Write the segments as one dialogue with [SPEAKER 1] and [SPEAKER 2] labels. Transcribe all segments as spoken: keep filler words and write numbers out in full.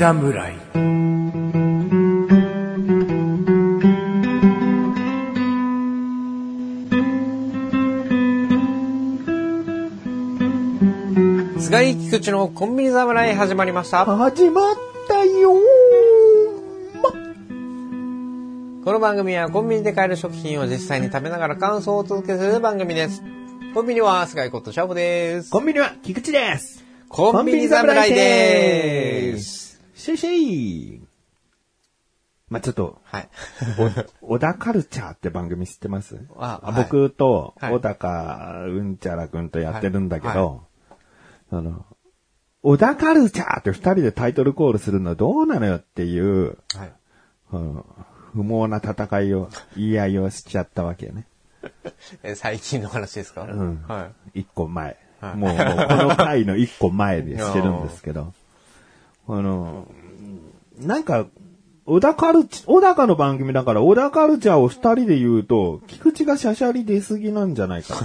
[SPEAKER 1] 侍。
[SPEAKER 2] 菅井菊池のコンビニ侍始まりました。
[SPEAKER 1] 始まったよー、ま、
[SPEAKER 2] この番組はコンビニで買える食品を実際に食べながら感想をお届けする番組です。コンビニは菅井ことシャボです。
[SPEAKER 1] コンビニは菊池です。
[SPEAKER 2] コンビニ侍です。
[SPEAKER 1] シェイシェイ。まあ、ちょっと、
[SPEAKER 2] はい。
[SPEAKER 1] 小田カルチャーって番組知ってます？
[SPEAKER 2] あ、
[SPEAKER 1] あ、僕と
[SPEAKER 2] はい、
[SPEAKER 1] 小高うんちゃらくんとやってるんだけど、はいはい、あの、小田カルチャーって二人でタイトルコールするのはどうなのよっていう、はい、うん、不毛な戦いを、言い合いをしちゃったわけよね。
[SPEAKER 2] え、最近の話ですか？
[SPEAKER 1] うん。
[SPEAKER 2] はい。
[SPEAKER 1] 一個前。
[SPEAKER 2] はい、
[SPEAKER 1] もう、もうこの回の一個前でしてるんですけど、あの、なんか、小田カルチ、小高の番組だから小田カルチャーを二人で言うと、菊池がシャシャリ出すぎなんじゃないか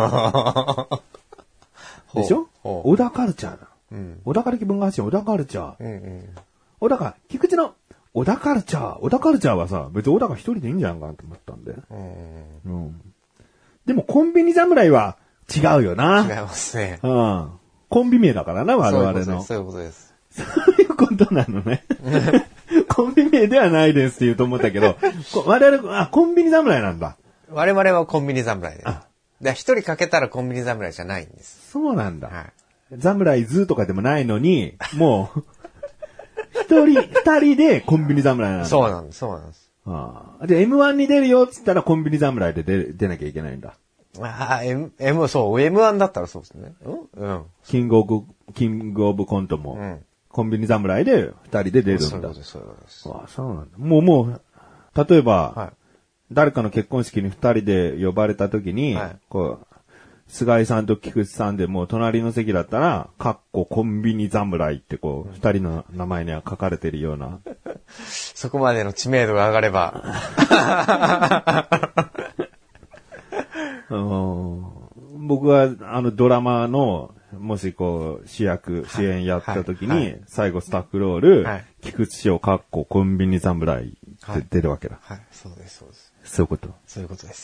[SPEAKER 1] っていう。でしょ？小田カルチャーだ。うん、小田カル気分が発信、小田カルチャー。うんうん、小高、菊池の小田カルチャー。小田カルチャーはさ、別に小高一人でいいんじゃんかなと思ったんで。うんうん、でもコンビニ侍は違うよな。
[SPEAKER 2] 違いますね。
[SPEAKER 1] うん。コンビ名だからな、我々の。
[SPEAKER 2] そういうことです。
[SPEAKER 1] そういうことなのね。コンビ名ではないですって言うと思ったけど、我々、あ、コンビニ侍なんだ。
[SPEAKER 2] 我々はコンビニ侍です。あ、で一人かけたらコンビニ侍じゃないんです。
[SPEAKER 1] そうなんだ。はい、侍ズとかでもないのに、もう、一人、二人でコンビニ侍なんだ。
[SPEAKER 2] そうなんです、そうなんです。
[SPEAKER 1] ああ。で、エムワン に出るよっつったらコンビニ侍で出、出なきゃいけないんだ。
[SPEAKER 2] ああ、M、M、そう、エムワン だったらそうですね。うん。
[SPEAKER 1] キングオブ、キングオブコントも、うん、コンビニ侍で二人で出るんだ。
[SPEAKER 2] そういうことです、そういうことです。
[SPEAKER 1] ああ、そうなんだ。もう、もう、例えば、はい、誰かの結婚式に二人で呼ばれた時に、はい、こう、菅井さんと菊池さんでもう隣の席だったら、かっこコンビニ侍ってこう、二人の名前には書かれてるような。
[SPEAKER 2] そこまでの知名度が上がれば。
[SPEAKER 1] 僕はあのドラマの、もしこう、主役、主演やった時に、はいはい、最後スタッフロール、はい、菊池翔かっこコンビニ侍って出るわけだ。
[SPEAKER 2] はい、はい、そうです、そうです。
[SPEAKER 1] そういうこと。
[SPEAKER 2] そういうことです。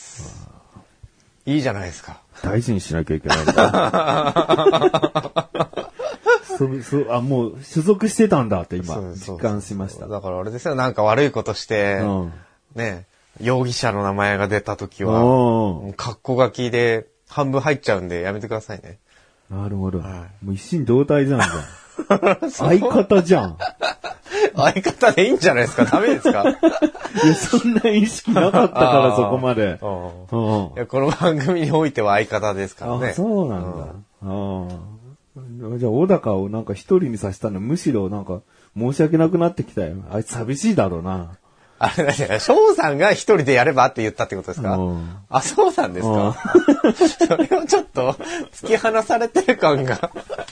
[SPEAKER 2] いいじゃないですか。
[SPEAKER 1] 大事にしなきゃいけないんだ。そ、そ、あ、もう、所属してたんだって今、実感しました。
[SPEAKER 2] だからあれですよ、なんか悪いことして、うん、ね、容疑者の名前が出た時は、格好書きで半分入っちゃうんでやめてくださいね。
[SPEAKER 1] なるほど。はい、もう一心同体じゃんじゃん。相方じゃん。
[SPEAKER 2] 相方でいいんじゃないですか？ダメですか？
[SPEAKER 1] いや、そんな意識なかったからそこまで。
[SPEAKER 2] いや、この番組においては相方ですからね。
[SPEAKER 1] あ、そうなんだ。ああ。じゃあ、小高をなんか一人にさせたのむしろなんか申し訳なくなってきたよ。あいつ寂しいだろうな。
[SPEAKER 2] あれだね、翔さんが一人でやればって言ったってことですか？あ、そうなんですか？それをちょっと突き放されてる感が。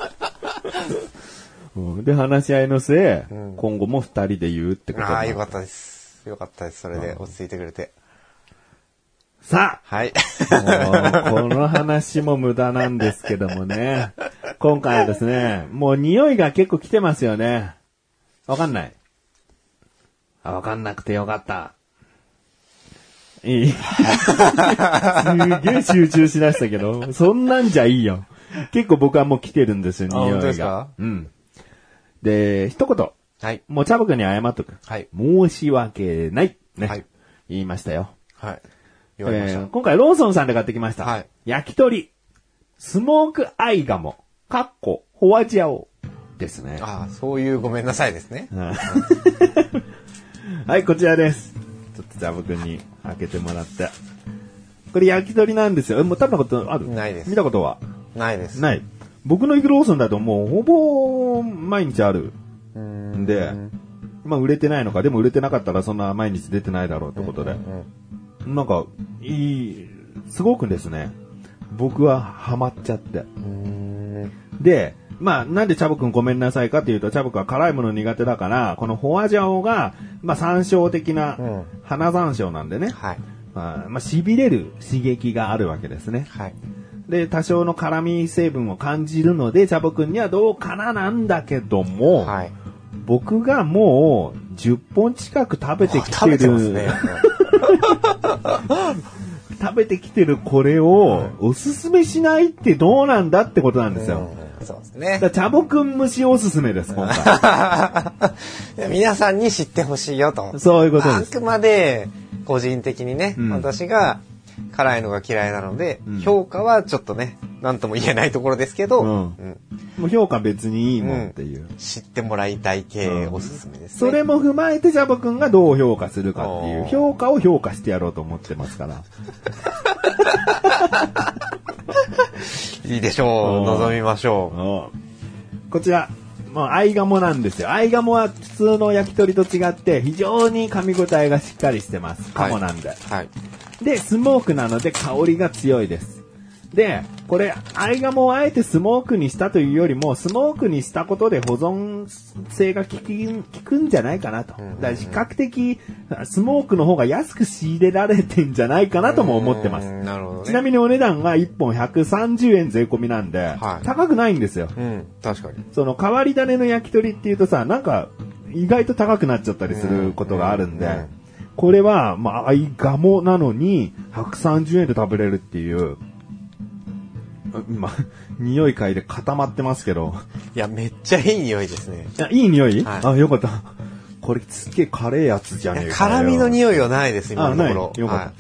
[SPEAKER 1] で、話し合いの末、うん、今後も二人で言うってこと。
[SPEAKER 2] ああ、よかったです。よかったです。それで落ち着いてくれて。
[SPEAKER 1] さあ、
[SPEAKER 2] はい。
[SPEAKER 1] この話も無駄なんですけどもね。今回はですね、もう匂いが結構来てますよね。わかんない。あ、わかんなくてよかった。いい。すげえ集中しだしたけど、そんなんじゃいいよ。結構僕はもう来てるんですよ、匂いが。
[SPEAKER 2] 本当ですか？
[SPEAKER 1] うん。で、一言。
[SPEAKER 2] はい。
[SPEAKER 1] もうチャボくんに謝っとく。
[SPEAKER 2] はい。
[SPEAKER 1] 申し訳ない。ね。
[SPEAKER 2] はい。
[SPEAKER 1] 言いましたよ。
[SPEAKER 2] はい。言われました。
[SPEAKER 1] えー、今回ローソンさんで買ってきました。
[SPEAKER 2] はい。
[SPEAKER 1] 焼き鳥。スモークアイガモ。かっこ、ホワジャオ。ですね。
[SPEAKER 2] ああ、そういうごめんなさいですね。
[SPEAKER 1] はい、こちらです。ちょっとチャボくんに開けてもらって。これ焼き鳥なんですよ。もう食べたことある？
[SPEAKER 2] ないです。
[SPEAKER 1] 見たことは？
[SPEAKER 2] ないです。
[SPEAKER 1] ない。僕の行くローソンだともうほぼ毎日あるんで、まあ売れてないのか、でも売れてなかったらそんな毎日出てないだろうってことで、うんうん、なんかいい、すごくですね、僕はハマっちゃって。で、まあなんでチャボくんごめんなさいかっていうと、チャボくんは辛いもの苦手だから、このホワジャオが、まあ山椒的な、うん、花山椒なんでね、はい、まあ、まあ痺れる刺激があるわけですね。はい。で、多少の辛味成分を感じるので、チャボくんにはどうかななんだけども、はい、 僕がもうじゅっぽん近く食べてきてる。
[SPEAKER 2] 食べてますね。
[SPEAKER 1] 食べてきてるこれをおすすめしないってどうなんだってことなんですよ。
[SPEAKER 2] うん、そうですね。
[SPEAKER 1] だチャボくん蒸しおすすめです、今
[SPEAKER 2] 回。皆さんに知ってほしいよと。
[SPEAKER 1] そういうことです。
[SPEAKER 2] あくまで個人的にね、うん、私が辛いのが嫌いなので、うん、評価はちょっとね、なんとも言えないところですけど、うんうん、
[SPEAKER 1] もう評価別にいいもんっていう、
[SPEAKER 2] うん、知ってもらいたい系おすすめですね。
[SPEAKER 1] それも踏まえてジャボくんがどう評価するかっていう評価を評価してやろうと思ってますから。
[SPEAKER 2] いいでしょう。望みましょ
[SPEAKER 1] う。こちら、もう合鴨なんですよ。合鴨は普通の焼き鳥と違って非常に噛み応えがしっかりしてます。鴨なんで。はい。はい、で、スモークなので香りが強いです。で、これ、合鴨をあえてスモークにしたというよりも、スモークにしたことで保存性が効く、効くんじゃないかなと。だから比較的、スモークの方が安く仕入れられてんじゃないかなとも思ってます。
[SPEAKER 2] なるほどね。
[SPEAKER 1] ちなみにお値段がいっぽんひゃくさんじゅうえん税込みなんで、はい、高くないんですよ。
[SPEAKER 2] うん、確かに。
[SPEAKER 1] その変わり種の焼き鳥っていうとさ、なんか意外と高くなっちゃったりすることがあるんで、うんうんうん、これは、まあ、合鴨なのにひゃくさんじゅうえんで食べれるっていう、今、匂い嗅いで固まってますけど。
[SPEAKER 2] いや、めっちゃいい匂いですね。
[SPEAKER 1] いや、いい匂い、はい、あ、よかった。これすっげえカレーやつじゃねえかよ。
[SPEAKER 2] 辛みの匂いはないです、今のところ。
[SPEAKER 1] よかった。はい、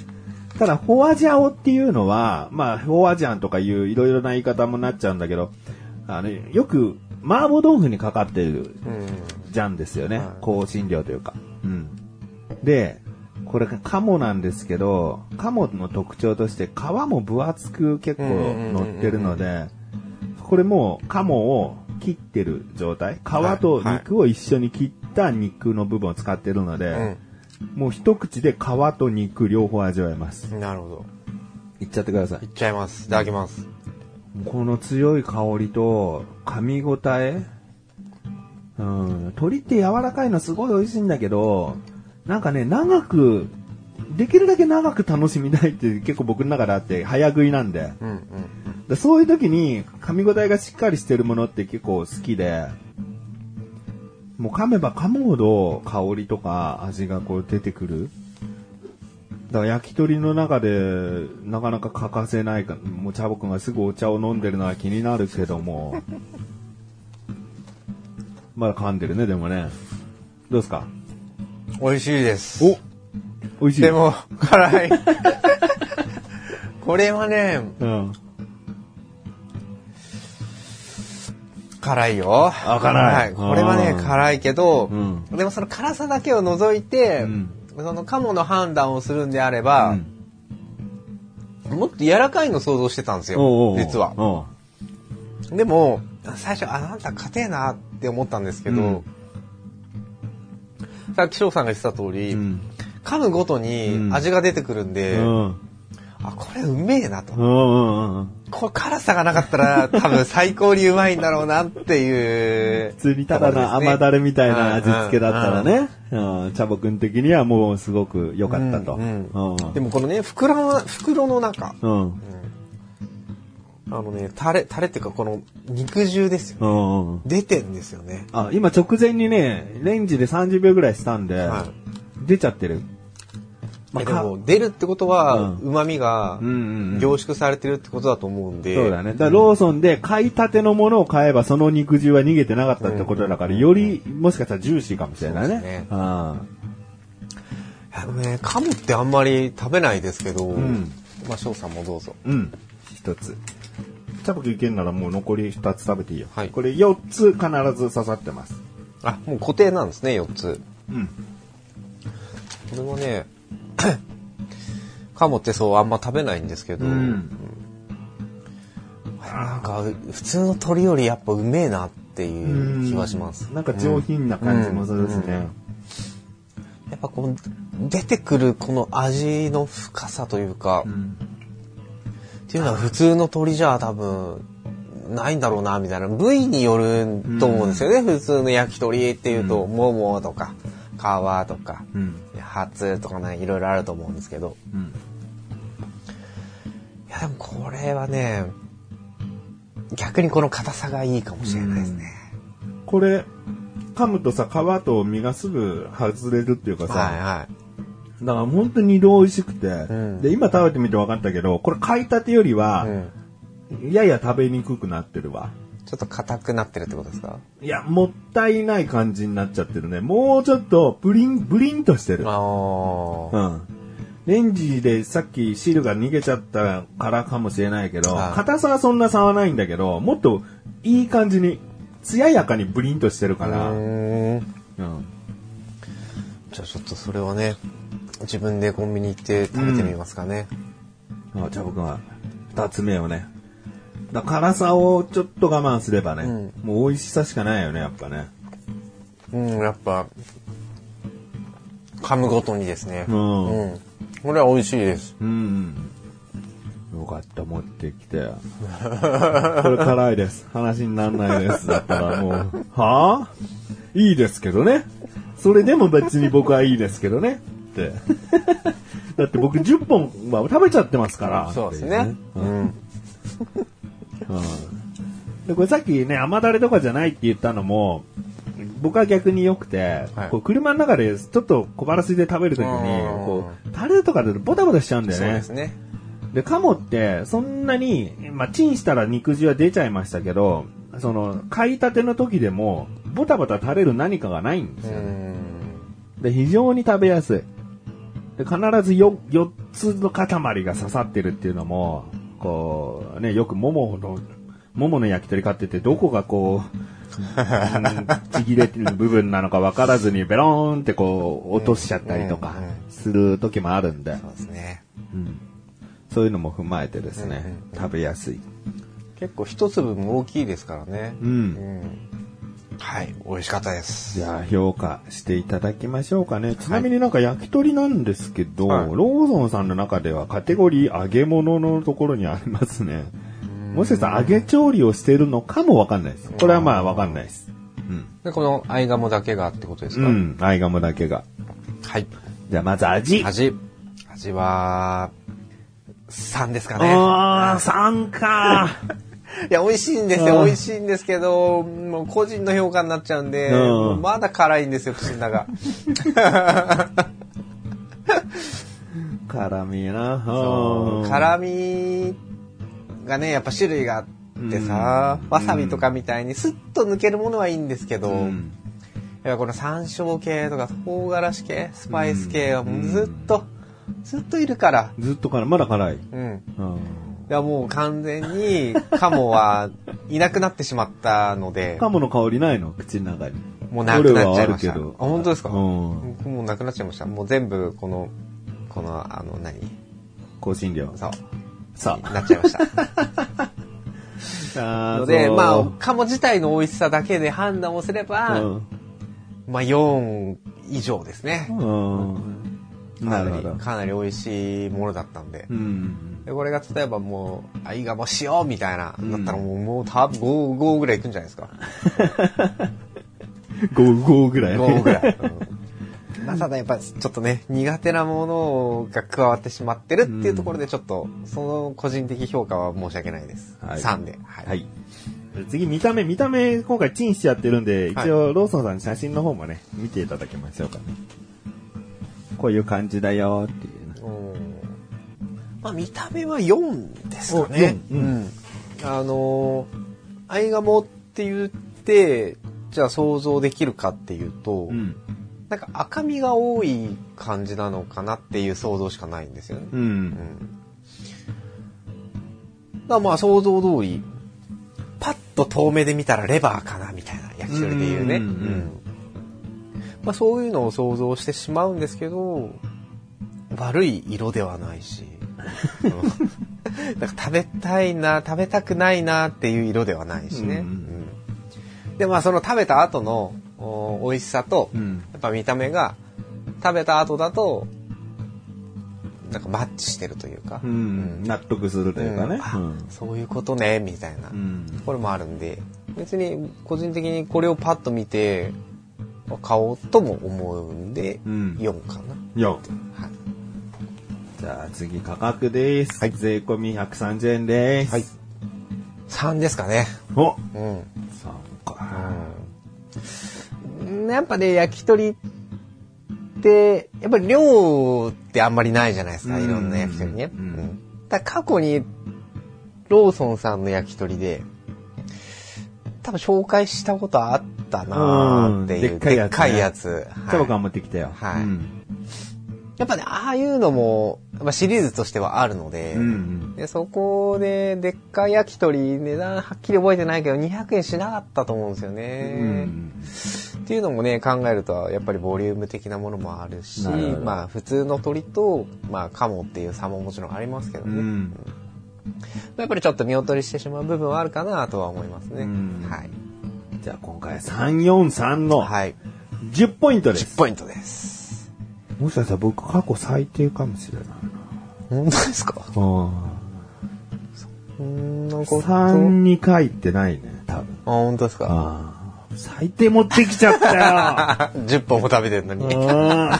[SPEAKER 1] ただ、フォアジャオっていうのは、まあ、フォアジャンとかいういろいろな言い方もなっちゃうんだけど、あの、よく、麻婆豆腐にかかってるジャンですよね。うん、香辛料というか。うん。で、これ鴨なんですけど、鴨の特徴として皮も分厚く結構乗ってるので、これもう鴨を切ってる状態、皮と肉を一緒に切った肉の部分を使ってるので、はいはい、もう一口で皮と肉両方味わえます。
[SPEAKER 2] なるほど。
[SPEAKER 1] いっちゃってください。
[SPEAKER 2] いっちゃいます。いただきます。
[SPEAKER 1] この強い香りと噛み応え、うん、鶏って柔らかいのすごい美味しいんだけど、なんかね、長く、できるだけ長く楽しみたいって結構僕の中であって、早食いなんで。うんうんうん、そういう時に噛み応えがしっかりしてるものって結構好きで、もう噛めば噛むほど香りとか味がこう出てくる。だから焼き鳥の中でなかなか欠かせないか、もうチャボくんがすぐお茶を飲んでるのは気になるけども。まだ噛んでるね、でもね。どうですか？
[SPEAKER 2] 美味しいです。
[SPEAKER 1] お、美味しい。
[SPEAKER 2] でも、辛い。これはね、うん、辛いよ。
[SPEAKER 1] あ、辛い。
[SPEAKER 2] はい。これはね、辛いけど、うん、でもその辛さだけを除いて、うん、その鴨の判断をするんであれば、うん、もっと柔らかいの想像してたんですよ、おうおう実は。おうでも、最初、あなた硬えなって思ったんですけど、うんさっき翔さんが言ってた通り、うん、噛むごとに味が出てくるんで、うん、あ、これうめえなと。うんうん、これ辛さがなかったら多分最高にうまいんだろうなっていう、
[SPEAKER 1] 普通にただの甘だれみたいな味付けだったらね、うんうん、チャボくん的にはもうすごく良かったと。うん
[SPEAKER 2] うんうん、でもこのね、袋の、袋の中、うんうんあのね、タレ、タレっていうかこの肉汁ですよね。うんうん、出てんですよね。
[SPEAKER 1] あ、今直前にね、レンジでさんじゅうびょうぐらいしたんで、はい、出ちゃってる。
[SPEAKER 2] まあ、でも出るってことは、うん、旨味が凝縮されてるってことだと思うんで。
[SPEAKER 1] そうだね。だからローソンで買いたてのものを買えばその肉汁は逃げてなかったってことだから、うん、よりもしかしたらジューシーかもしれないね。そうですね。あ
[SPEAKER 2] あのね、噛むってあんまり食べないですけど、うん、まあ翔さんもどうぞ。
[SPEAKER 1] うん。一つ。チャボくいけるならもう残りふたつ食べていいよ。はい。これよっつ必ず刺さってます。
[SPEAKER 2] あ、もう固定なんですね、よっつ。うん。これもね、鴨ってそうあんま食べないんですけど、うん、なんか普通の鳥よりやっぱうめえなっていう気はします。
[SPEAKER 1] んなんか上品な感じもするですね。うんうん、
[SPEAKER 2] やっぱこの出てくるこの味の深さというか、うんっていうのは普通の鳥じゃ多分ないんだろうなみたいな部位によると思うんですよね、うん、普通の焼き鳥っていうと、うん、ももとか皮とか、うん、ハツとかねいろいろあると思うんですけど、うん、いやでもこれはね逆にこの硬さがいいかもしれないですね、
[SPEAKER 1] うん、これ噛むとさ、皮と身がすぐ外れるっていうかさ、
[SPEAKER 2] はいはい。
[SPEAKER 1] だから本当に二度美味しくて、
[SPEAKER 2] うん、
[SPEAKER 1] で、今食べてみて分かったけど、これ買いたてよりは、
[SPEAKER 2] うん、
[SPEAKER 1] やや食べにくくなってるわ。
[SPEAKER 2] ちょっと硬くなってるってことですか？
[SPEAKER 1] いや、もったいない感じになっちゃってるね。もうちょっとブリン、ブリンとしてる。
[SPEAKER 2] あー。
[SPEAKER 1] うん。レンジでさっき汁が逃げちゃったからかもしれないけど、硬さはそんな差はないんだけど、もっといい感じに、艶やかにブリンとしてるから。
[SPEAKER 2] うーん。
[SPEAKER 1] うん。
[SPEAKER 2] じゃあちょっとそれはね、自分でコンビニ行って食べてみますかね。
[SPEAKER 1] うん、あじゃあ僕は二つ目をね。だ辛さをちょっと我慢すればね、うん、もう美味しさしかないよね、やっぱね。
[SPEAKER 2] うん、やっぱ、噛むごとにですね。
[SPEAKER 1] うん。
[SPEAKER 2] うん、これは美味しいです。
[SPEAKER 1] うん。よかった、持ってきて。これ辛いです。話にならないです。だったらもう、はぁ、いいですけどね。それでも別に僕はいいですけどね。って。だって僕じゅっぽんは食べちゃってますから。
[SPEAKER 2] そうですね。うん。うん
[SPEAKER 1] でこれさっきね、甘だれとかじゃないって言ったのも、僕は逆に良くて、はい、こう車の中でちょっと小腹空いて食べるときに、こう、タレとかでボタボタしちゃうんだよね。
[SPEAKER 2] そうですね。
[SPEAKER 1] で、鴨ってそんなに、まあ、チンしたら肉汁は出ちゃいましたけど、その、買いたての時でも、ボタボタ垂れる何かがないんですよね。で、非常に食べやすい。で、必ず よっつの塊が刺さってるっていうのも、こう、ね、よくももの、ももの焼き鳥買ってて、どこがこう、ちぎれてる部分なのか分からずに、ベローンってこう、落としちゃったりとか、する時もあるんで。
[SPEAKER 2] そうですね。
[SPEAKER 1] うん。そういうのも踏まえてですね、うんうん、食べやすい。
[SPEAKER 2] 結構一粒も大きいですからね。
[SPEAKER 1] うん。うん、
[SPEAKER 2] はい、美味しかったです。
[SPEAKER 1] じゃあ評価していただきましょうかね。ちなみになんか焼き鳥なんですけど、はい、ローソンさんの中ではカテゴリー揚げ物のところにありますね。もしかしたら揚げ調理をしているのかもわかんないです。これはまあわかんないです。
[SPEAKER 2] うん。で、この合鴨だけがってことですか？
[SPEAKER 1] うん、合鴨だけが。
[SPEAKER 2] はい。
[SPEAKER 1] じゃあまず味。
[SPEAKER 2] 味。味は、さんですかね。
[SPEAKER 1] ああ、さんか。
[SPEAKER 2] いや、美味しいんですよ。美味しいんですけど、もう個人の評価になっちゃうんで、うん、まだ辛いんですよ、口の中。
[SPEAKER 1] 辛みな。
[SPEAKER 2] そう。辛みがね、やっぱ種類があってさ、うん、わさびとかみたいにスッと抜けるものはいいんですけど、うん、やっぱこの山椒系とか唐辛子系、スパイス系はもうずっと、ずっといるから。
[SPEAKER 1] ずっと辛い。まだ辛い。
[SPEAKER 2] うん。うんいやもう完全に鴨はいなくなってしまったので
[SPEAKER 1] 鴨の香りないの口の中に
[SPEAKER 2] もうなくなっちゃいました。あ
[SPEAKER 1] 本
[SPEAKER 2] 当ですか、うん、も
[SPEAKER 1] う
[SPEAKER 2] なくなっちゃいました。もう全部このこのあの何
[SPEAKER 1] 香辛料
[SPEAKER 2] そう
[SPEAKER 1] そう
[SPEAKER 2] なっちゃいましたのでまあ鴨自体の美味しさだけで判断をすれば、うん、まあよん以上ですね、うん、なるほどかなり美味しいものだったんで、うんでこれが例えばもう、合鴨しようみたいな、うん、だったらもう、もう多分ご、ごぐらいいくんじゃないですか。
[SPEAKER 1] ご、ごぐらい ?
[SPEAKER 2] ご ぐらい。うん、ただやっぱちょっとね、苦手なものが加わってしまってるっていうところでちょっと、その個人的評価は申し訳ないです。はい、さんで。はい。はい、
[SPEAKER 1] 次、見た目、見た目今回チンしちゃってるんで、一応ローソンさんの写真の方もね、見ていただきましょうかね。こういう感じだよっていう。うん
[SPEAKER 2] まあ、見た目はよんですかね。うんうん、あのー、合鴨って言って、じゃあ想像できるかっていうと、うん、なんか赤身が多い感じなのかなっていう想像しかないんですよね。うんうん、だからまあ想像通り、パッと遠目で見たらレバーかなみたいな焼き鳥でいうね。うんうんうんまあ、そういうのを想像してしまうんですけど、悪い色ではないし。なんか食べたいな食べたくないなっていう色ではないしね、うんうん、でまあその食べた後の美味しさと、うん、やっぱ見た目が食べた後だとなんかマッチしてるというか、
[SPEAKER 1] うんうん、納得するというかね、
[SPEAKER 2] うんうん、そういうことねみたいなところもあるんで別に個人的にこれをパッと見て買おうとも思うんで、うん、よんかな
[SPEAKER 1] よん、はいじゃあ次価格です。はい、税込みひゃくさんじゅうえんです。はい。
[SPEAKER 2] さんですかね。
[SPEAKER 1] お、うん、さんか。
[SPEAKER 2] うやっぱね、焼き鳥って、やっぱり量ってあんまりないじゃないですか、いろんな焼き鳥ね。うんうん、だ過去に、ローソンさんの焼き鳥で、多分紹介したことあったなーっていう、でっかいやつ、ね。でっかいやつ。
[SPEAKER 1] チャボカン持ってきたよ。
[SPEAKER 2] はい。うん、やっぱね、ああいうのも、まあ、シリーズとしてはあるので、うんうん、でそこで、でっかい焼き鳥、値段はっきり覚えてないけど、にひゃくえんしなかったと思うんですよね。うん、っていうのもね、考えると、やっぱりボリューム的なものもあるし、まあ、普通の鳥と、まあ、カモっていう差ももちろんありますけどね。うん、やっぱりちょっと見劣りしてしまう部分はあるかなとは思いますね。うん、はい。
[SPEAKER 1] じゃあ今回さんよんさんのじゅっポイントです。
[SPEAKER 2] じゅっポイントです。
[SPEAKER 1] もしかしたら僕過去最低かもしれないな。
[SPEAKER 2] 本当ですか？
[SPEAKER 1] そんなことさんに書いてないね、多分。あ、
[SPEAKER 2] 本当ですか？
[SPEAKER 1] あ最低持ってきちゃった
[SPEAKER 2] よ。じゅっぽんも食べてるのに。はい、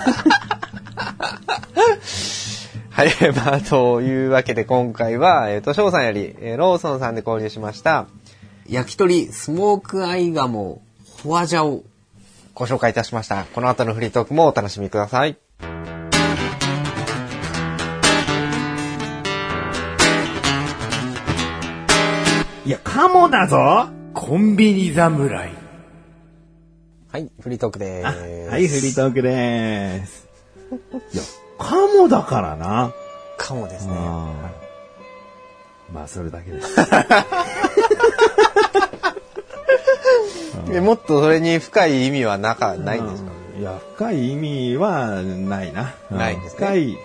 [SPEAKER 2] まあ、というわけで今回は、えっと、翔さんより、えー、ローソンさんで購入しました、焼き鳥スモークアイガモフォアジャオご紹介いたしました。この後のフリートークもお楽しみください。
[SPEAKER 1] いや、カモだぞコンビニ侍。
[SPEAKER 2] はい、フリートークでーす。
[SPEAKER 1] はい、フリートークでーす。いや、カモだからな。
[SPEAKER 2] カモですね。
[SPEAKER 1] あまあ、それだけです。
[SPEAKER 2] えもっとそれに深い意味はなかないんですか？
[SPEAKER 1] いや、深い意味はないな。
[SPEAKER 2] ないんですね。
[SPEAKER 1] 深い。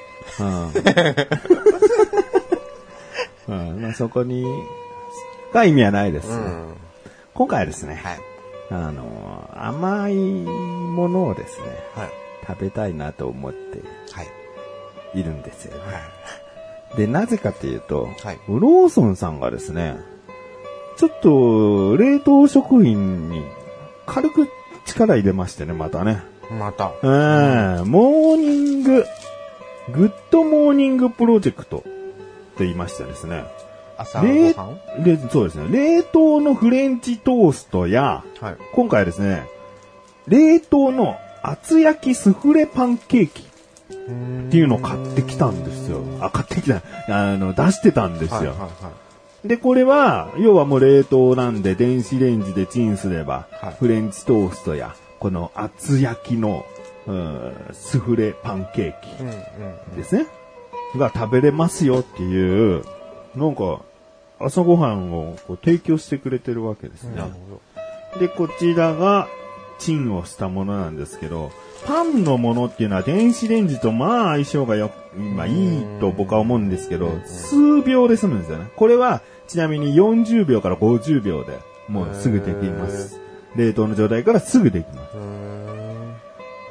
[SPEAKER 1] うん。うん、まあ、そこに深い意味はないです、うん。今回はですね、はい、あの甘いものをですね、はい、食べたいなと思っているんですよね。はい、で、なぜかというと、はい、ローソンさんがですね、ちょっと冷凍食品に軽く力入れましてね、またね。
[SPEAKER 2] また。
[SPEAKER 1] えー、モーニング、グッドモーニングプロジェクトと言いましてですね。
[SPEAKER 2] 朝ごはん？
[SPEAKER 1] そうですね。冷凍のフレンチトーストや、はい、今回はですね、冷凍の厚焼きスフレパンケーキっていうのを買ってきたんですよ。あ、買ってきた。あの、出してたんですよ。はいはいはい、で、これは、要はもう冷凍なんで、電子レンジでチンすれば、はい、フレンチトーストや、この厚焼きの、うん、スフレパンケーキですね、うんうんうん。が食べれますよっていう、なんか、朝ごはんをこう提供してくれてるわけですね。で、こちらが、チンをしたものなんですけど、パンのものっていうのは電子レンジとまあ相性がよ、まあいいと僕は思うんですけど、数秒で済むんですよね。これはちなみによんじゅうびょうからごじゅうびょうでもうすぐできます。冷凍の状態からすぐできます。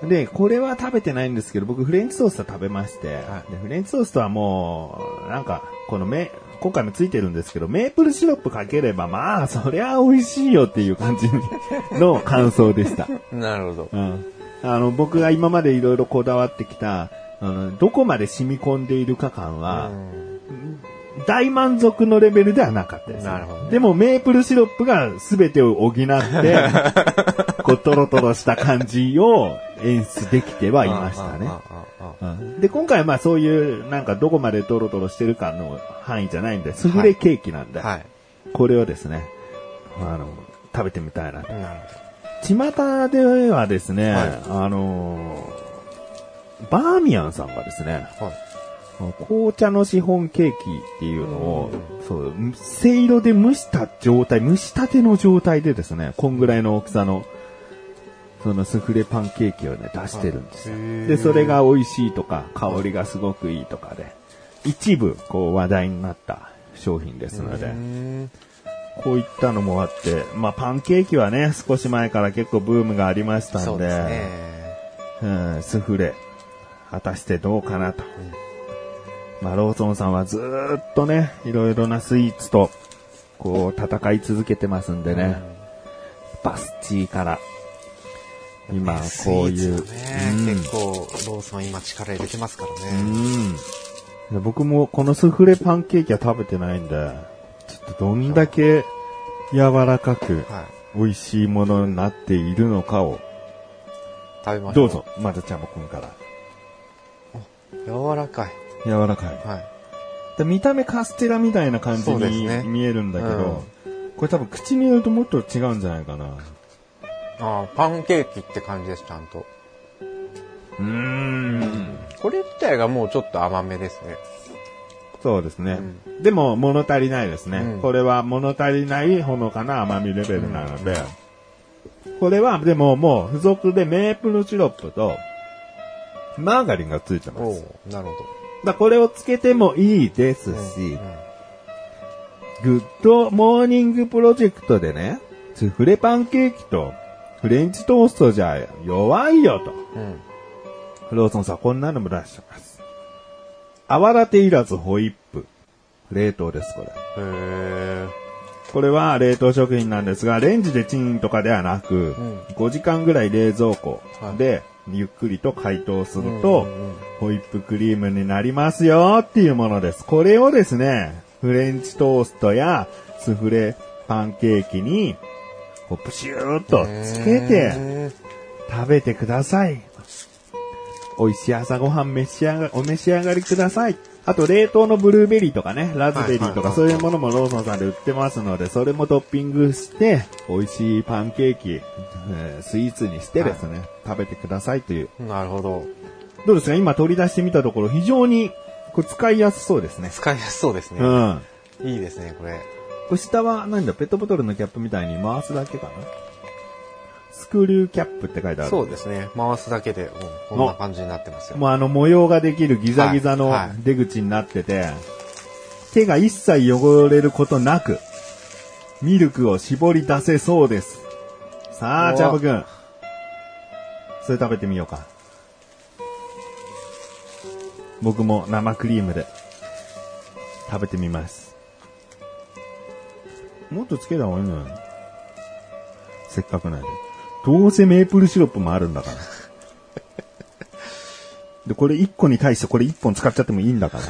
[SPEAKER 1] で、これは食べてないんですけど、僕フレンチトースト食べまして、はい、でフレンチトーストはもう、なんか、このめ、今回もついてるんですけど、メープルシロップかければ、まあ、そりゃ美味しいよっていう感じの感想でした。
[SPEAKER 2] なるほど。
[SPEAKER 1] うん。あの、僕が今までいろいろこだわってきた、あの、どこまで染み込んでいるか感は、大満足のレベルではなかったです。
[SPEAKER 2] なるほどね。
[SPEAKER 1] でも、メープルシロップが全てを補って、こう、トロトロした感じを演出できてはいましたね。うん、で、今回はまあそういう、なんかどこまでトロトロしてるかの範囲じゃないんで、スフレケーキなんで、はいはい、これをですね、あの、食べてみたいなと。なるほど。巷ではですね、はい、あのー、バーミヤンさんがですね、はい、紅茶のシフォンケーキっていうのを、そう、せいろで蒸した状態、蒸したての状態でですね、こんぐらいの大きさの、そのスフレパンケーキをね、出してるんですよ。で、それが美味しいとか、香りがすごくいいとかで、一部、こう話題になった商品ですので、こういったのもあって、まあパンケーキはね、少し前から結構ブームがありましたんで、そうですね、うん、スフレ、果たしてどうかなと。うん、まあローソンさんはずーっとね、いろいろなスイーツと、こう戦い続けてますんでね、うん、バスチーから、今こういう、
[SPEAKER 2] ねうん、結構ローソン今力入れてますからね。
[SPEAKER 1] うん、僕もこのスフレパンケーキは食べてないんで、ちょっとどんだけ柔らかく美味しいものになっているのかを
[SPEAKER 2] 食べましょう。
[SPEAKER 1] どうぞ。まずチャボくんから。
[SPEAKER 2] 柔らかい。
[SPEAKER 1] 柔らかい。
[SPEAKER 2] はい。
[SPEAKER 1] で見た目カステラみたいな感じ
[SPEAKER 2] そうですね
[SPEAKER 1] に見えるんだけど、これ多分口に入れるともっと違うんじゃないかな。
[SPEAKER 2] ああ、パンケーキって感じです、ちゃんと。
[SPEAKER 1] うーん。
[SPEAKER 2] これ自体がもうちょっと甘めですね。
[SPEAKER 1] そうですね。うん、でも物足りないですね、うん。これは物足りないほのかな甘みレベルなので、うん、これはでももう付属でメープルシロップとマーガリンがついてます。
[SPEAKER 2] おなるほど。
[SPEAKER 1] だこれをつけてもいいですし、うんうん、グッドモーニングプロジェクトでね、スフレパンケーキとフレンチトーストじゃ弱いよと。うん、ローソンさんこんなのも出してます。泡立ていらずホイップ。冷凍です、これ。
[SPEAKER 2] へー。
[SPEAKER 1] これは冷凍食品なんですが、レンジでチンとかではなく、うん、ごじかんぐらい冷蔵庫でゆっくりと解凍すると、うんうんうん、ホイップクリームになりますよっていうものです。これをですね、フレンチトーストやスフレパンケーキに、プシューっとつけて食べてください。美味しい朝ごはん召し上が、お召し上がりください。あと冷凍のブルーベリーとかね、ラズベリーとかそういうものもローソンさんで売ってますので、それもトッピングして、美味しいパンケーキ、えー、スイーツにしてですね、はい、食べてくださいという。
[SPEAKER 2] なるほど。
[SPEAKER 1] どうですか今取り出してみたところ非常にこれ使いやすそうですね。
[SPEAKER 2] 使いやすそうですね。
[SPEAKER 1] うん。
[SPEAKER 2] いいですね、これ。
[SPEAKER 1] これ下は何だ、ペットボトルのキャップみたいに回すだけかな？スクリューキャップって書いてある。
[SPEAKER 2] そうですね。回すだけで、もうこんな感じになってますよ。
[SPEAKER 1] もうあの模様ができるギザギザの出口になってて、はいはい、手が一切汚れることなく、ミルクを絞り出せそうです。さあ、チャボくん。それ食べてみようか。僕も生クリームで食べてみます。もっとつけた方がいいんじゃない？せっかくなんで。どうせメープルシロップもあるんだから。で、これいっこに対してこれいっぽん使っちゃってもいいんだから。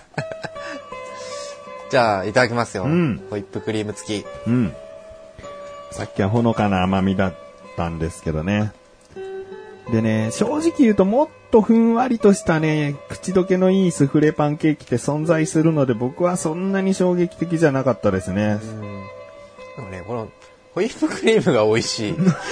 [SPEAKER 2] じゃあ、いただきますよ。
[SPEAKER 1] うん。
[SPEAKER 2] ホイップクリーム付き。
[SPEAKER 1] うん。さっきはほのかな甘みだったんですけどね。でね、正直言うともっとふんわりとしたね、口どけのいいスフレパンケーキって存在するので、僕はそんなに衝撃的じゃなかったですね。
[SPEAKER 2] うん。でもね、この、ホイップクリームが美味しい。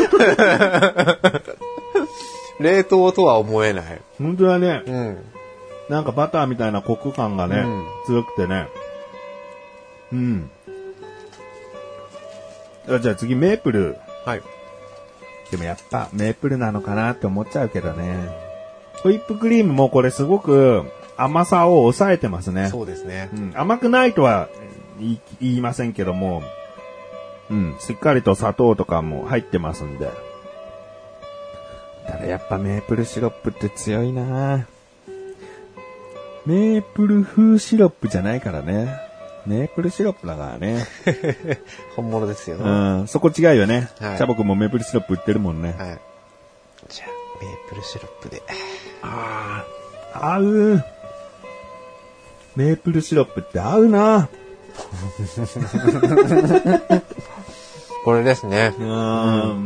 [SPEAKER 2] 冷凍とは思えない。
[SPEAKER 1] 本当だね。
[SPEAKER 2] うん。
[SPEAKER 1] なんかバターみたいなコク感がね、うん、強くてね。うん。じゃあ次メープル。
[SPEAKER 2] はい。
[SPEAKER 1] でもやっぱメープルなのかなって思っちゃうけどね。ホイップクリームもこれすごく甘さを抑えてますね。
[SPEAKER 2] そうですね。
[SPEAKER 1] うん、甘くないとは言いませんけども、うん、しっかりと砂糖とかも入ってますんで。ただやっぱメープルシロップって強いな。メープル風シロップじゃないからね。メープルシロップだからね。
[SPEAKER 2] 本物ですよね。
[SPEAKER 1] うん、そこ違うよね。はい、チャボくんもメープルシロップ売ってるもんね。
[SPEAKER 2] はい。じゃあ、メープルシロップで。
[SPEAKER 1] ああ、合う。メープルシロップって合うな。
[SPEAKER 2] これですね。
[SPEAKER 1] うん。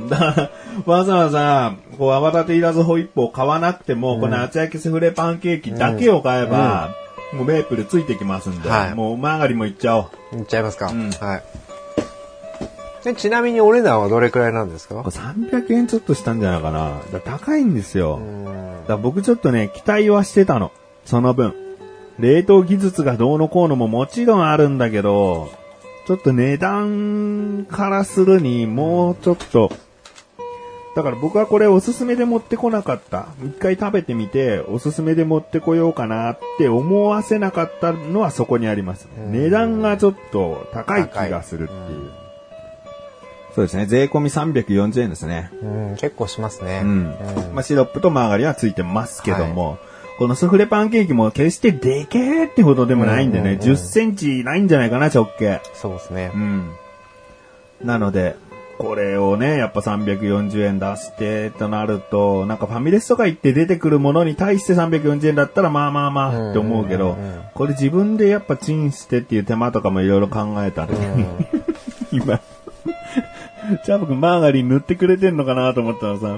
[SPEAKER 1] だわざわざ、こう、泡立ていらずホイップを買わなくても、うん、この厚焼きスフレパンケーキだけを買えば、うんうんもうメープルついてきますんで、はい、もうマーガリンもいっちゃおう。
[SPEAKER 2] いっちゃいますか。うん、はい。でちなみにお値段はどれくらいなんですか？
[SPEAKER 1] さんびゃくえんちょっとしたんじゃないかな。だから高いんですよ。だから僕ちょっとね、期待はしてたの。その分。冷凍技術がどうのこうのももちろんあるんだけど、ちょっと値段からするにもうちょっと、だから僕はこれおすすめで持ってこなかった。一回食べてみておすすめで持ってこようかなって思わせなかったのはそこにあります。値段がちょっと高い気がするっていう。うん、そうですね。税込みさんびゃくよんじゅうえんですね。
[SPEAKER 2] うん、結構しますね。
[SPEAKER 1] うん。うん、まあ、シロップとマーガリンはついてますけども、はい、このスフレパンケーキも決してでけーってほどでもないんでね、うんうんうん、じゅっセンチないんじゃないかな、直径。
[SPEAKER 2] そうですね。
[SPEAKER 1] うん。なので、これをね、やっぱさんびゃくよんじゅうえん出してとなると、なんかファミレスとか行って出てくるものに対してさんびゃくよんじゅうえんだったらまあまあまあって思うけど、うんうんうん、これ自分でやっぱチンしてっていう手間とかもいろいろ考えたら、うん、今、チャボくんマーガリン塗ってくれてんのかなと思ったらさ、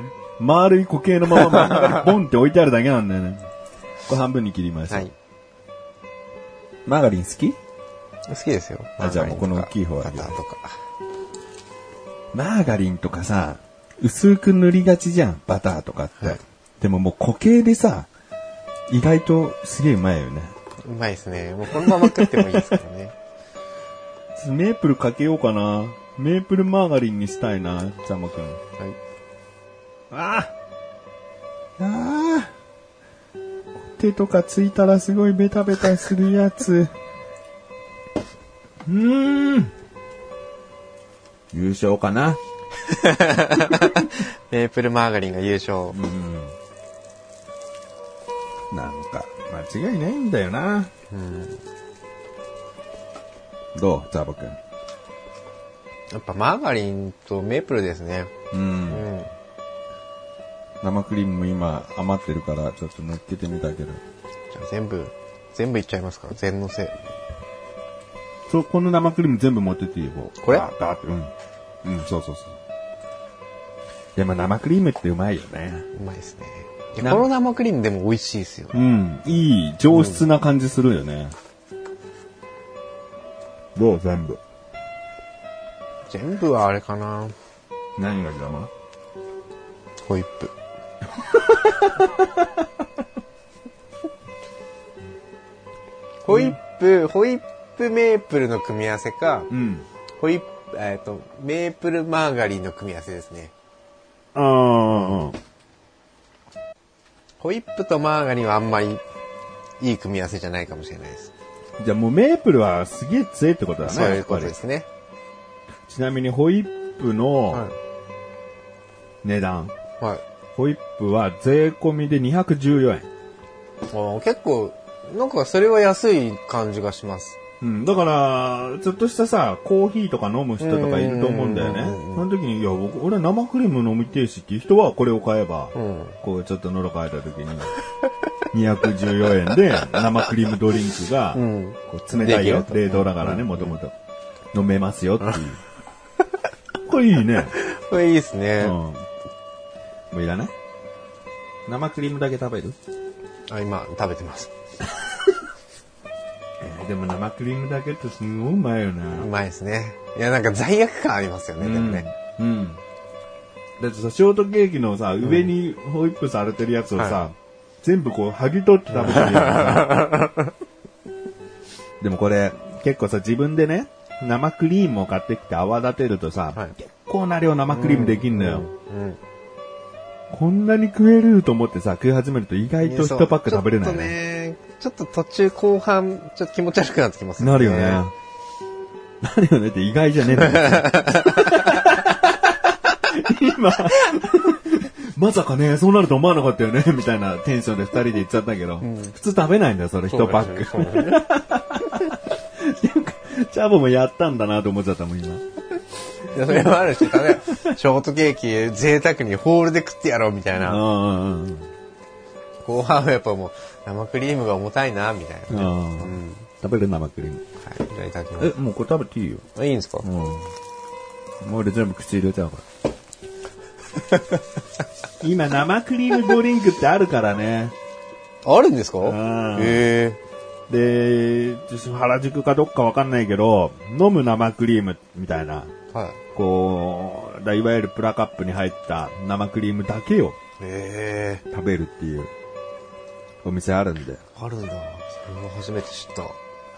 [SPEAKER 1] 丸い固形のままボンって置いてあるだけなんだよね。これ半分に切りました。はい。マーガリン好き？
[SPEAKER 2] 好きですよ。
[SPEAKER 1] あ、じゃあもうこの大きい方は。
[SPEAKER 2] バターとか。
[SPEAKER 1] マーガリンとかさ、薄く塗りがちじゃん、バターとかって。はい、でももう固形でさ、意外とすげえうまいよね。
[SPEAKER 2] うまいですね。もうこのまま食ってもいいですからね。
[SPEAKER 1] メープルかけようかな。メープルマーガリンにしたいな、ちゃまくん。はい。ああああ手とかついたらすごいベタベタするやつ。うーん。優勝かな。
[SPEAKER 2] メープルマーガリンが優勝。うん。
[SPEAKER 1] なんか、間違いないんだよな。うん。どうザボくん。
[SPEAKER 2] やっぱマーガリンとメープルですね。うん。うん、
[SPEAKER 1] 生クリームも今余ってるからちょっと乗っけてみたけど。
[SPEAKER 2] じゃあ全部、全部いっちゃいますか？全のせ。
[SPEAKER 1] そう、この生クリーム全部持ってっていいよ。
[SPEAKER 2] これ？
[SPEAKER 1] あ、だって、うん。うん、そうそうそう。でも生クリームってうまいよね。
[SPEAKER 2] うまいですね。この生クリームでも美味しいですよ。
[SPEAKER 1] うん。いい、上質な感じするよね。うん、どう全部。
[SPEAKER 2] 全部はあれかな。
[SPEAKER 1] 何が邪魔？
[SPEAKER 2] ホイップ。ホイップ、ホイップメープルの組み合わせか、うん、ホイップ、えっと、メープルマーガリンの組み合わせですね。ああ。ホイップとマーガリンはあんまりいい組み合わせじゃないかもしれないです。
[SPEAKER 1] じゃあもうメープルはすげえ強いってことだね。
[SPEAKER 2] そういうことですね。
[SPEAKER 1] ちなみにホイップの値段。はい。ホイップは税込みでにひゃくじゅうよえん。
[SPEAKER 2] ああ、結構、なんかそれは安い感じがします。
[SPEAKER 1] うん。だから、ちょっとしたさ、コーヒーとか飲む人とかいると思うんだよね。その時に、いや、僕、俺生クリーム飲みてえしっていう人はこれを買えば、うん、こうちょっと喉乾いた時に、にひゃくじゅうよえんで生クリームドリンクが、こう冷たいよ。冷凍だからね、もともと。飲めますよっていう。これいいね。
[SPEAKER 2] これいいですね。うん。
[SPEAKER 1] もういらない？生クリームだけ食べる？
[SPEAKER 2] あ、今食べてます。
[SPEAKER 1] えー、でも生クリームだけってすごいうまいよね。
[SPEAKER 2] うまいですね。いや、なんか罪悪感ありますよね、うん、でもね。うん。
[SPEAKER 1] だってさ、ショートケーキのさ、上にホイップされてるやつをさ、はい、全部こう剥ぎ取って食べてるやつ。でもこれ、結構さ、自分でね、生クリームを買ってきて泡立てるとさ、はい、結構な量生クリームできんのよ、うんうんうん。こんなに食えると思ってさ、食い始めると意外と一パック食べれないね。
[SPEAKER 2] ちょっとね、ちょっと途中後半、ちょっと気持ち悪くなってきますね。
[SPEAKER 1] なるよね。なるよねって意外じゃねえんだよ。今、まさかね、そうなると思わなかったよね、みたいなテンションで二人で言っちゃったけど、うん、普通食べないんだよ、それ、一パック。チャボもやったんだなと思っちゃったもん、今。
[SPEAKER 2] いや、それもあるし、ただ、ショートケーキ贅沢にホールで食ってやろうみたいな。後半はやっぱもう生クリームが重たいなみたいな、ねうん。
[SPEAKER 1] 食べる生クリーム。
[SPEAKER 2] はい、じゃあいただきます。
[SPEAKER 1] え、もうこれ食べていいよ。
[SPEAKER 2] あ、いいんですか？うん。も
[SPEAKER 1] う俺全部口入れちゃうから。今生クリームドリンクってあるからね。
[SPEAKER 2] あるんですか？
[SPEAKER 1] へえ。で、原宿かどっかわかんないけど、飲む生クリームみたいな。はい。こう、だいわゆるプラカップに入った生クリームだけを食べるっていうお店あるんで。
[SPEAKER 2] あるんだ。それは初めて知った。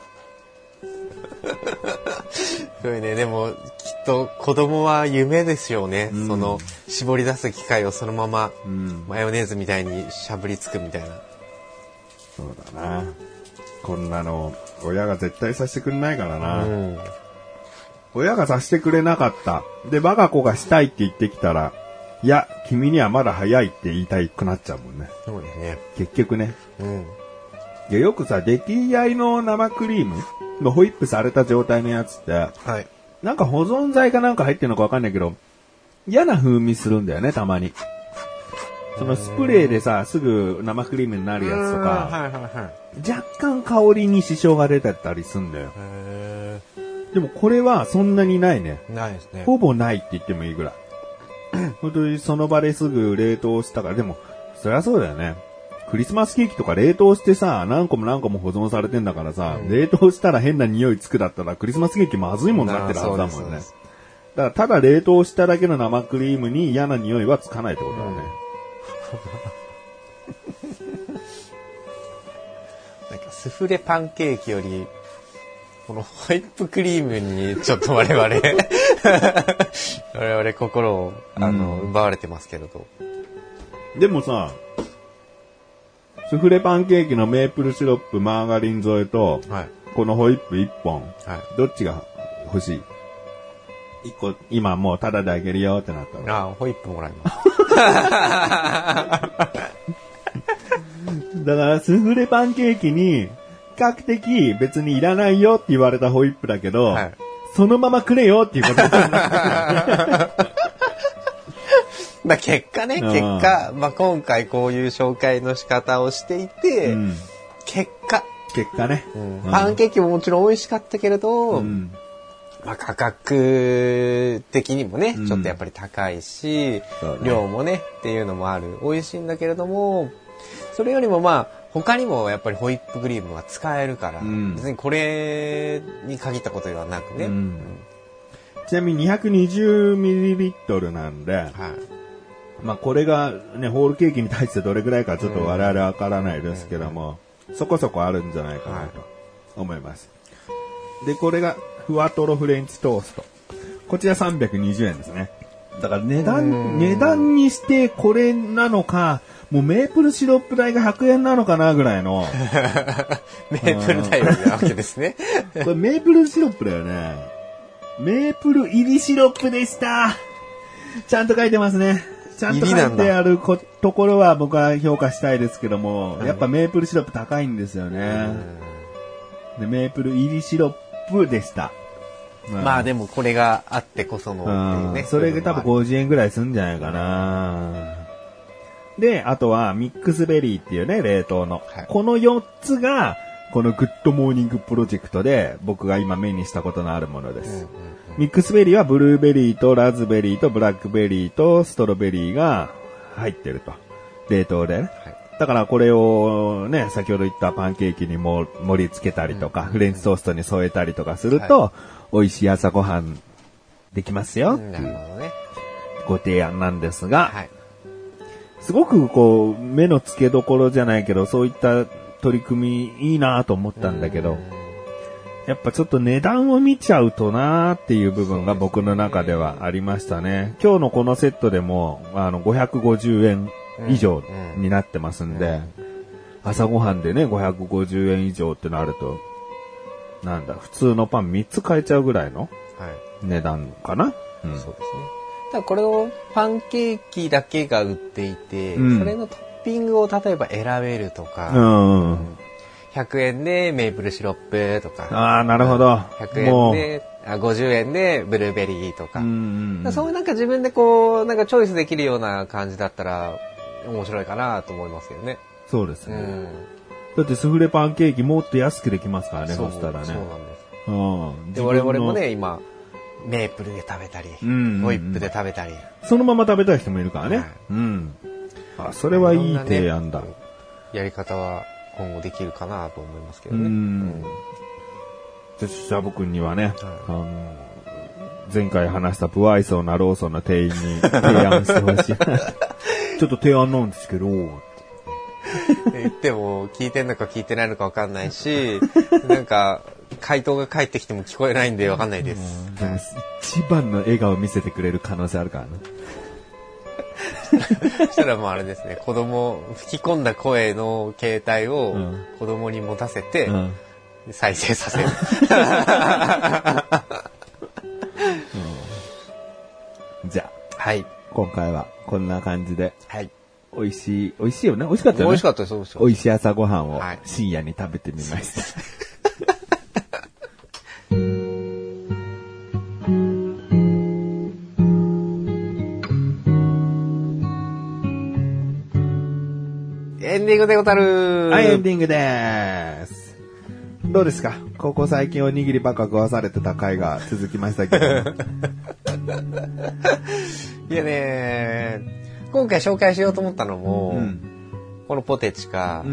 [SPEAKER 2] すごいね。でも、きっと子供は夢ですよね。うん、その、絞り出す機械をそのまま、うん、マヨネーズみたいにしゃぶりつくみたいな。
[SPEAKER 1] そうだな。こんなの、親が絶対させてくれないからな。うん、親がさせてくれなかった。で、我が子がしたいって言ってきたら、いや、君にはまだ早いって言いたくなっちゃうもんね。
[SPEAKER 2] そうですね。
[SPEAKER 1] 結局ね。うん。いや、よくさ、出来合いの生クリームのホイップされた状態のやつって、はい。なんか保存剤かなんか入ってるのかわかんないけど、嫌な風味するんだよね、たまに。そのスプレーでさ、すぐ生クリームになるやつとか、はいはいはい、若干香りに支障が出てたりすんだよ。へー。でもこれはそんなにないね。
[SPEAKER 2] ないですね。
[SPEAKER 1] ほぼないって言ってもいいぐらい。 本当にその場ですぐ冷凍したから、でも、そりゃそうだよね。クリスマスケーキとか冷凍してさ、何個も何個も保存されてんだからさ、うん、冷凍したら変な匂いつくだったらクリスマスケーキまずいもんになってるはずだもんね。だからただ冷凍しただけの生クリームに嫌な匂いはつかないってことだね。
[SPEAKER 2] なんかスフレパンケーキより、このホイップクリームにちょっと我々、我々心を、あの、うん、奪われてますけれど。
[SPEAKER 1] でもさ、スフレパンケーキのメープルシロップ、マーガリン添えと、はい、このホイップいっぽん、はい、どっちが欲しい？いっこ、今もうタダであげるよってなったの。
[SPEAKER 2] ああ、ホイップもらいます。
[SPEAKER 1] だからスフレパンケーキに、比較的別にいらないよって言われたホイップだけど、はい、そのままくれよっていうことになって
[SPEAKER 2] まあ結果ね、結果、まあ今回こういう紹介の仕方をしていて、うん、結果。
[SPEAKER 1] 結果ね、
[SPEAKER 2] うん。パンケーキももちろん美味しかったけれど、うん、まあ価格的にもね、ちょっとやっぱり高いし、うん、量もね、っていうのもある。美味しいんだけれども、それよりもまあ、他にもやっぱりホイップクリームは使えるから、うん、別にこれに限ったことではなくね。うん、
[SPEAKER 1] ちなみに にひゃくにじゅうミリリットル なんで、はい、まあこれがね、ホールケーキに対してどれぐらいかちょっと我々わからないですけども、うん、そこそこあるんじゃないかなと思います。はい、で、これがふわとろフレンチトースト。こちらさんびゃくにじゅうえんですね。だから値段、値段にしてこれなのか、もうメープルシロップ代がひゃくえんなのかなぐらいの。
[SPEAKER 2] メープル代なわけですね。
[SPEAKER 1] これメープルシロップだよね。メープル入りシロップでした。ちゃんと書いてますね。ちゃんと書いてあることころは僕は評価したいですけども、やっぱメープルシロップ高いんですよね。でメープル入りシロップでした。
[SPEAKER 2] まあ、まあでもこれがあってこそのっていうね。
[SPEAKER 1] それが多分ごじゅうえんぐらいするんじゃないかな。で、あとはミックスベリーっていうね、冷凍の。はい、このよっつが、このグッドモーニングプロジェクトで僕が今目にしたことのあるものです。うんうんうん、ミックスベリーはブルーベリーとラズベリーとブラックベリーとストロベリーが入ってると。冷凍で、ね。はい、だからこれをね、先ほど言ったパンケーキにも盛り付けたりとか、うんうんうん、フレンチトーストに添えたりとかすると、はい、美味しい朝ごはんできますよ。なるほどね。ご提案なんですが、はい、すごくこう、目の付けどころじゃないけど、そういった取り組みいいなと思ったんだけど、やっぱちょっと値段を見ちゃうとなーっていう部分が僕の中ではありましたね。今日のこのセットでも、あの、ごひゃくごじゅうえん以上になってますんで、朝ごはんでね、ごひゃくごじゅうえん以上ってなると、なんだ、普通のパンみっつ買えちゃうぐらいの値段かな、はい、うん、
[SPEAKER 2] そうですね。ただこれをパンケーキだけが売っていて、うん、それのトッピングを例えば選べるとか、うんうん、ひゃくえんでメープルシロップとか、
[SPEAKER 1] ああ、なるほど。
[SPEAKER 2] ひゃくえんで、あごじゅうえんでブルーベリーとか、うんうん、そういうなんか自分でこう、なんかチョイスできるような感じだったら面白いかなと思いますけどね。
[SPEAKER 1] そうですね。うん、だってスフレパンケーキもっと安くできますからね、そしたらね。そうなんです。
[SPEAKER 2] うん、で、我々もね、今、メープルで食べたり、うんうんうん、ホイップで食べたり。
[SPEAKER 1] そのまま食べたい人もいるからね。はい、うん。あ、それはいい提案だ。ね、
[SPEAKER 2] やり方は今後できるかなと思いますけどね。うん。
[SPEAKER 1] じゃあ、シャボ君にはね、はい、あの、前回話した不愛想なローソンの店員に提案してほしい。ちょっと提案なんですけど、
[SPEAKER 2] 言っても聞いてんのか聞いてないのか分かんないし、なんか回答が返ってきても聞こえないんで分かんないです。
[SPEAKER 1] でも一番の笑顔見せてくれる可能性あるからね。
[SPEAKER 2] そしたらもうあれですね、子供吹き込んだ声の携帯を子供に持たせて再生させる。
[SPEAKER 1] うん、じゃあ、
[SPEAKER 2] はい、
[SPEAKER 1] 今回はこんな感じで。
[SPEAKER 2] はい。
[SPEAKER 1] 美味しい、美味しいよね。美味しかったよね。
[SPEAKER 2] 美味しかったです。
[SPEAKER 1] 美味しい朝ごはんを深夜に食べてみました。はい、
[SPEAKER 2] エンディングでござる。
[SPEAKER 1] はい、エンディングでーす。どうですか？ここ最近おにぎりばっか食わされてた回が続きましたけど。
[SPEAKER 2] いやね、今回紹介しようと思ったのも、うん、このポテチか、うん、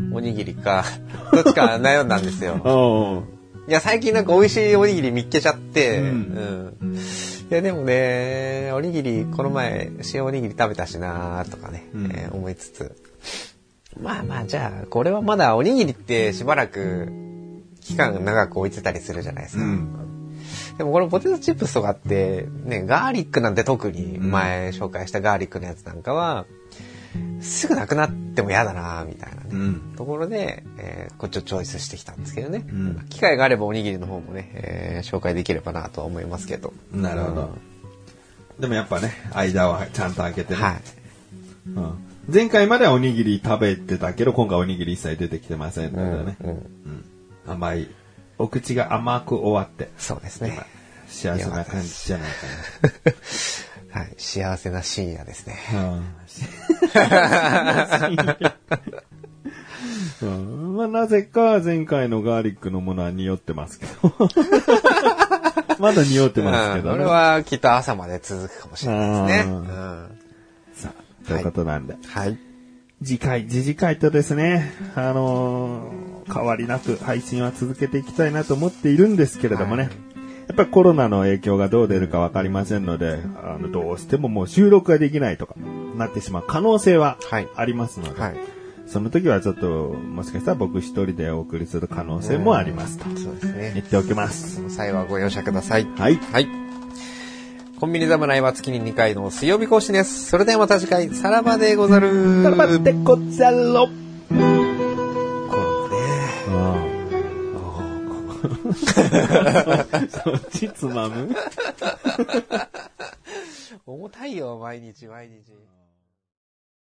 [SPEAKER 2] おにぎりか、どっちか悩んだんですよ。いや、最近なんか美味しいおにぎり見っけちゃって、うんうん、いや、でもね、おにぎり、この前、塩おにぎり食べたしなーとかね、うんえー、思いつつ、まあまあ、じゃあ、これはまだおにぎりってしばらく、期間長く置いてたりするじゃないですか。うん、でもこのポテトチップスとかって、ね、ガーリックなんて特に前紹介したガーリックのやつなんかは、すぐなくなっても嫌だなみたいなね、うん、ところで、えー、こっちをチョイスしてきたんですけどね、うん、機会があればおにぎりの方もね、えー、紹介できればなとは思いますけど。
[SPEAKER 1] なるほど、うん、でもやっぱね間はちゃんと開けてね、はいうん、前回まではおにぎり食べてたけど今回おにぎり一切出てきてませんのでね、うんうんうん、甘いお口が甘く終わって
[SPEAKER 2] そうですね
[SPEAKER 1] 幸せな感じじゃないか
[SPEAKER 2] なはい、幸せな深夜ですね。
[SPEAKER 1] うん、まあなぜか前回のガーリックのものは匂ってますけど。まだ匂ってますけどね。
[SPEAKER 2] これはきっと朝まで続くかもしれないですね。うん、
[SPEAKER 1] さあ、ということなんで。
[SPEAKER 2] はい。はい、
[SPEAKER 1] 次回、次次回とですね、あのー、変わりなく配信は続けていきたいなと思っているんですけれどもね。はいやっぱりコロナの影響がどう出るかわかりませんので、あの、どうしてももう収録ができないとか、なってしまう可能性はありますので、はいはい、その時はちょっと、もしかしたら僕一人でお送りする可能性もありますと。そうですね。言っておきます。
[SPEAKER 2] その際はご容赦ください。
[SPEAKER 1] はい。
[SPEAKER 2] はい。コンビニ侍は月ににかいの水曜日更新です。それではまた次回、さらばでござる。
[SPEAKER 1] さらばでござろ。そっちつまむ
[SPEAKER 2] 重たいよ毎日毎日。